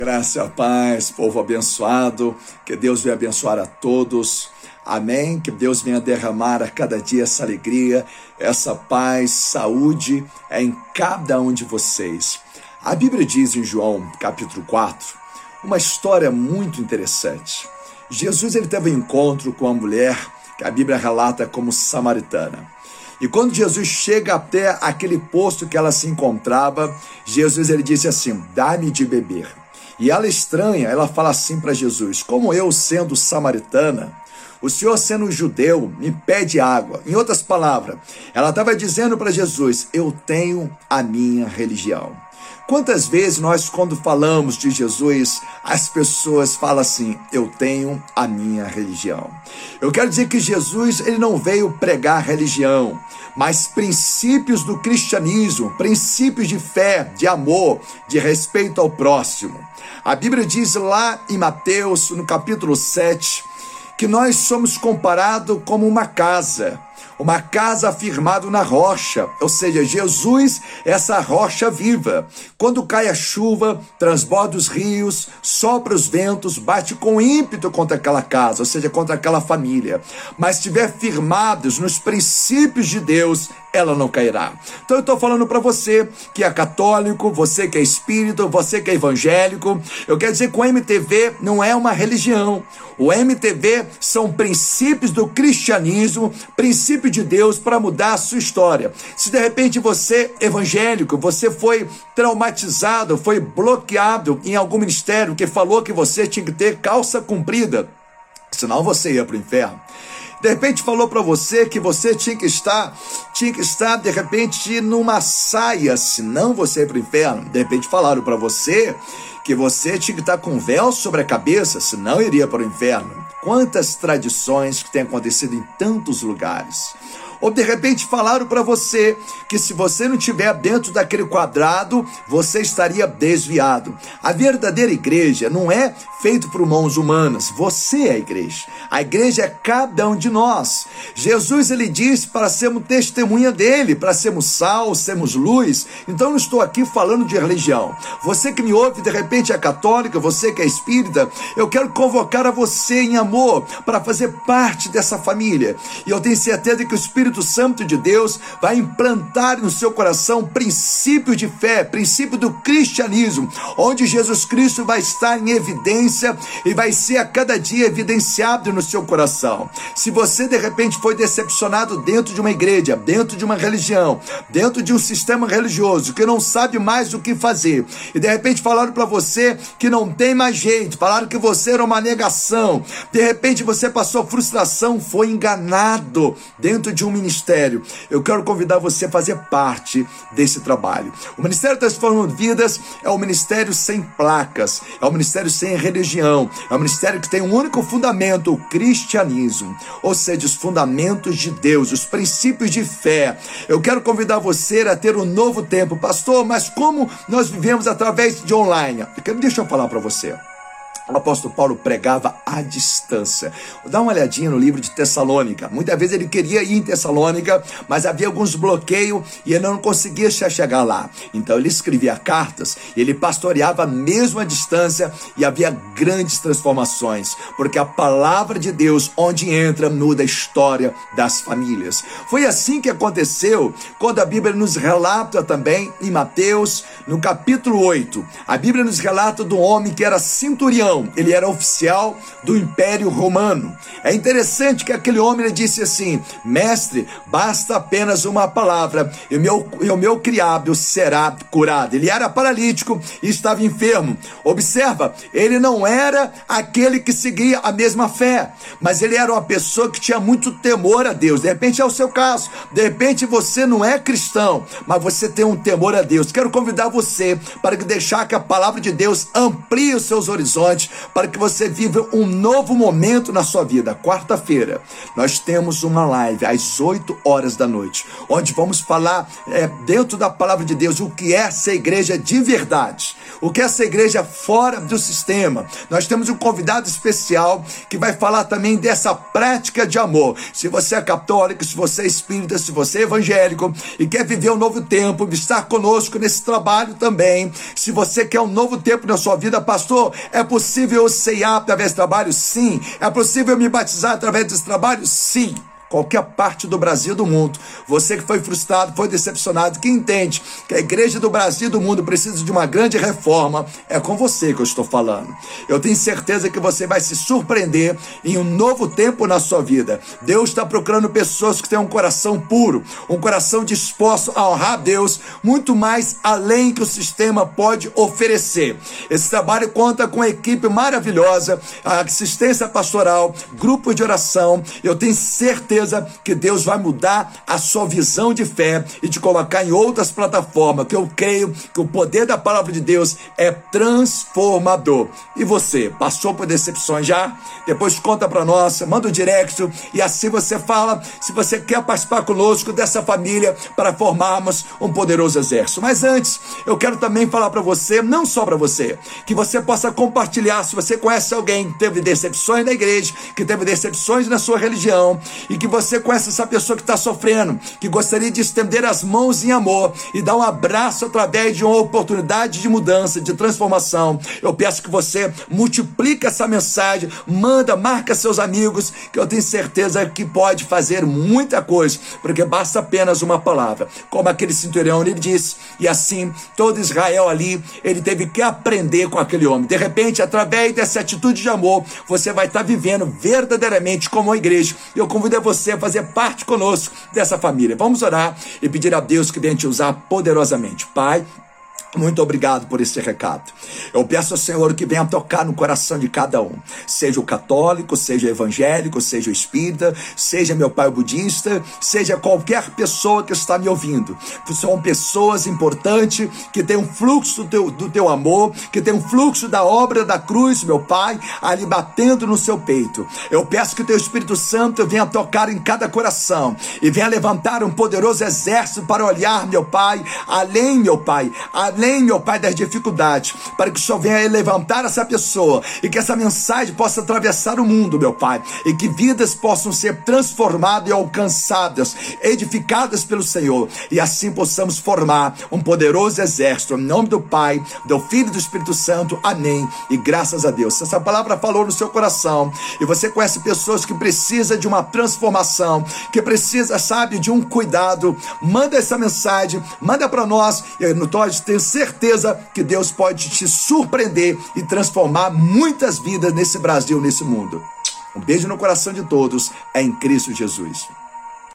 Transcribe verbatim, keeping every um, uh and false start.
Graça e a paz, povo abençoado, que Deus venha abençoar a todos, amém, que Deus venha derramar a cada dia essa alegria, essa paz, saúde em cada um de vocês. A Bíblia diz em João capítulo quatro, uma história muito interessante. Jesus ele teve um encontro com uma mulher que a Bíblia relata como samaritana. E quando Jesus chega até aquele posto que ela se encontrava, Jesus ele disse assim, dá-me de beber. E ela estranha, ela fala assim para Jesus, como eu sendo samaritana, o Senhor sendo judeu me pede água. Em outras palavras, ela estava dizendo para Jesus, eu tenho a minha religião. Quantas vezes nós, quando falamos de Jesus, as pessoas falam assim, eu tenho a minha religião. Eu quero dizer que Jesus ele não veio pregar religião, mas princípios do cristianismo, princípios de fé, de amor, de respeito ao próximo. A Bíblia diz lá em Mateus, no capítulo sete, que nós somos comparados como uma casa, uma casa afirmada na rocha, ou seja, Jesus é essa rocha viva. Quando cai a chuva, transborda os rios, sopra os ventos, bate com ímpeto contra aquela casa, ou seja, contra aquela família. Mas se estiver firmados nos princípios de Deus, ela não cairá. Então eu estou falando para você que é católico, você que é espírita, você que é evangélico, eu quero dizer que o M T V não é uma religião. O M T V são princípios do cristianismo, princípio de Deus para mudar a sua história. Se de repente você, evangélico, você foi traumatizado, foi bloqueado em algum ministério que falou que você tinha que ter calça comprida, senão você ia para o inferno. De repente falou para você que você tinha que estar, tinha que estar de repente numa saia, senão você ia para o inferno. De repente falaram para você que você tinha que estar com um véu sobre a cabeça, senão iria para o inferno. Quantas tradições que têm acontecido em tantos lugares. Ou de repente falaram para você que se você não estiver dentro daquele quadrado, você estaria desviado. A verdadeira igreja não é feita por mãos humanas, você é a igreja. A igreja é cada um de nós. Jesus ele diz para sermos testemunha dele, para sermos sal, sermos luz. Então eu não estou aqui falando de religião. Você que me ouve de repente é católica, você que é espírita, eu quero convocar a você em amor para fazer parte dessa família. E eu tenho certeza que o Espírito O Santo de Deus vai implantar no seu coração princípio de fé, princípio do cristianismo, onde Jesus Cristo vai estar em evidência e vai ser a cada dia evidenciado no seu coração. Se você de repente foi decepcionado dentro de uma igreja, dentro de uma religião, dentro de um sistema religioso, que não sabe mais o que fazer, e de repente falaram para você que não tem mais jeito, falaram que você era uma negação, de repente você passou frustração, foi enganado dentro de um ministério, eu quero convidar você a fazer parte desse trabalho. O Ministério Transformando Vidas é um ministério sem placas, é um ministério sem religião, é um ministério que tem um único fundamento, o cristianismo, ou seja, os fundamentos de Deus, os princípios de fé. Eu quero convidar você a ter um novo tempo. Pastor, mas como nós vivemos através de online? Deixa eu falar para você. O apóstolo Paulo pregava à distância. Dá uma olhadinha no livro de Tessalônica. Muitas vezes ele queria ir em Tessalônica, mas havia alguns bloqueios e ele não conseguia chegar lá. Então ele escrevia cartas, ele pastoreava mesmo à distância e havia grandes transformações, porque a palavra de Deus, onde entra, muda a história das famílias. Foi assim que aconteceu quando a Bíblia nos relata também em Mateus, no capítulo oito. A Bíblia nos relata do homem que era centurião. Ele era oficial do Império Romano. É interessante que aquele homem ele disse assim, mestre, basta apenas uma palavra e o meu, e o meu criado será curado. Ele era paralítico e estava enfermo. Observa, ele não era aquele que seguia a mesma fé, mas ele era uma pessoa que tinha muito temor a Deus. De repente é o seu caso, de repente você não é cristão, mas você tem um temor a Deus. Quero convidar você para que deixar que a palavra de Deus amplie os seus horizontes, importante para que você viva um novo momento na sua vida. Quarta-feira, nós temos uma live às oito horas da noite, onde vamos falar é, dentro da palavra de Deus o que é essa igreja de verdade, o que é essa igreja fora do sistema. Nós temos um convidado especial que vai falar também dessa prática de amor. Se você é católico, se você é espírita, se você é evangélico e quer viver um novo tempo, estar conosco nesse trabalho também. Se você quer um novo tempo na sua vida, pastor, é possível eu ceiar através do trabalho? Sim. É possível eu me batizar através desse trabalho? Sim. Qualquer parte do Brasil e do mundo. Você que foi frustrado, foi decepcionado, que entende que a igreja do Brasil e do mundo precisa de uma grande reforma, é com você que eu estou falando. Eu tenho certeza que você vai se surpreender em um novo tempo na sua vida. Deus está procurando pessoas que têm um coração puro, um coração disposto a honrar a Deus, muito mais além que o sistema pode oferecer. Esse trabalho conta com uma equipe maravilhosa, a assistência pastoral, grupo de oração. Eu tenho certeza que Deus vai mudar a sua visão de fé e te colocar em outras plataformas, que eu creio que o poder da palavra de Deus é transformador. E você, passou por decepções já? Depois conta para nós, manda um direct e assim você fala se você quer participar conosco dessa família para formarmos um poderoso exército. Mas antes, eu quero também falar para você, não só para você, que você possa compartilhar, se você conhece alguém que teve decepções na igreja, que teve decepções na sua religião, e que você conhece essa pessoa que está sofrendo, que gostaria de estender as mãos em amor e dar um abraço através de uma oportunidade de mudança, de transformação. Eu peço que você multiplique essa mensagem, manda, marca seus amigos, que eu tenho certeza que pode fazer muita coisa, porque basta apenas uma palavra. Como aquele centurião, ele disse, e assim todo Israel ali, ele teve que aprender com aquele homem. De repente, através dessa atitude de amor, você vai estar vivendo verdadeiramente como uma igreja. Eu convido a você a fazer parte conosco dessa família. Vamos orar e pedir a Deus que venha te usar poderosamente. Pai, muito obrigado por esse recado. Eu peço ao Senhor que venha tocar no coração de cada um, seja o católico, seja o evangélico, seja o espírita, seja meu pai o budista, seja qualquer pessoa que está me ouvindo. São pessoas importantes que tem um fluxo do teu, do teu amor, que tem um fluxo da obra da cruz, meu pai, ali batendo no seu peito. Eu peço que o teu Espírito Santo venha tocar em cada coração e venha levantar um poderoso exército para olhar, meu pai, além, meu pai, além Além, meu Pai, das dificuldades, para que o Senhor venha levantar essa pessoa e que essa mensagem possa atravessar o mundo, meu Pai, e que vidas possam ser transformadas e alcançadas, edificadas pelo Senhor, e assim possamos formar um poderoso exército, em nome do Pai, do Filho e do Espírito Santo, amém, e graças a Deus. Se essa palavra falou no seu coração, e você conhece pessoas que precisam de uma transformação, que precisa, sabe, de um cuidado, manda essa mensagem, manda para nós, e nós temos certeza que Deus pode te surpreender e transformar muitas vidas nesse Brasil, nesse mundo. Um beijo no coração de todos, é em Cristo Jesus.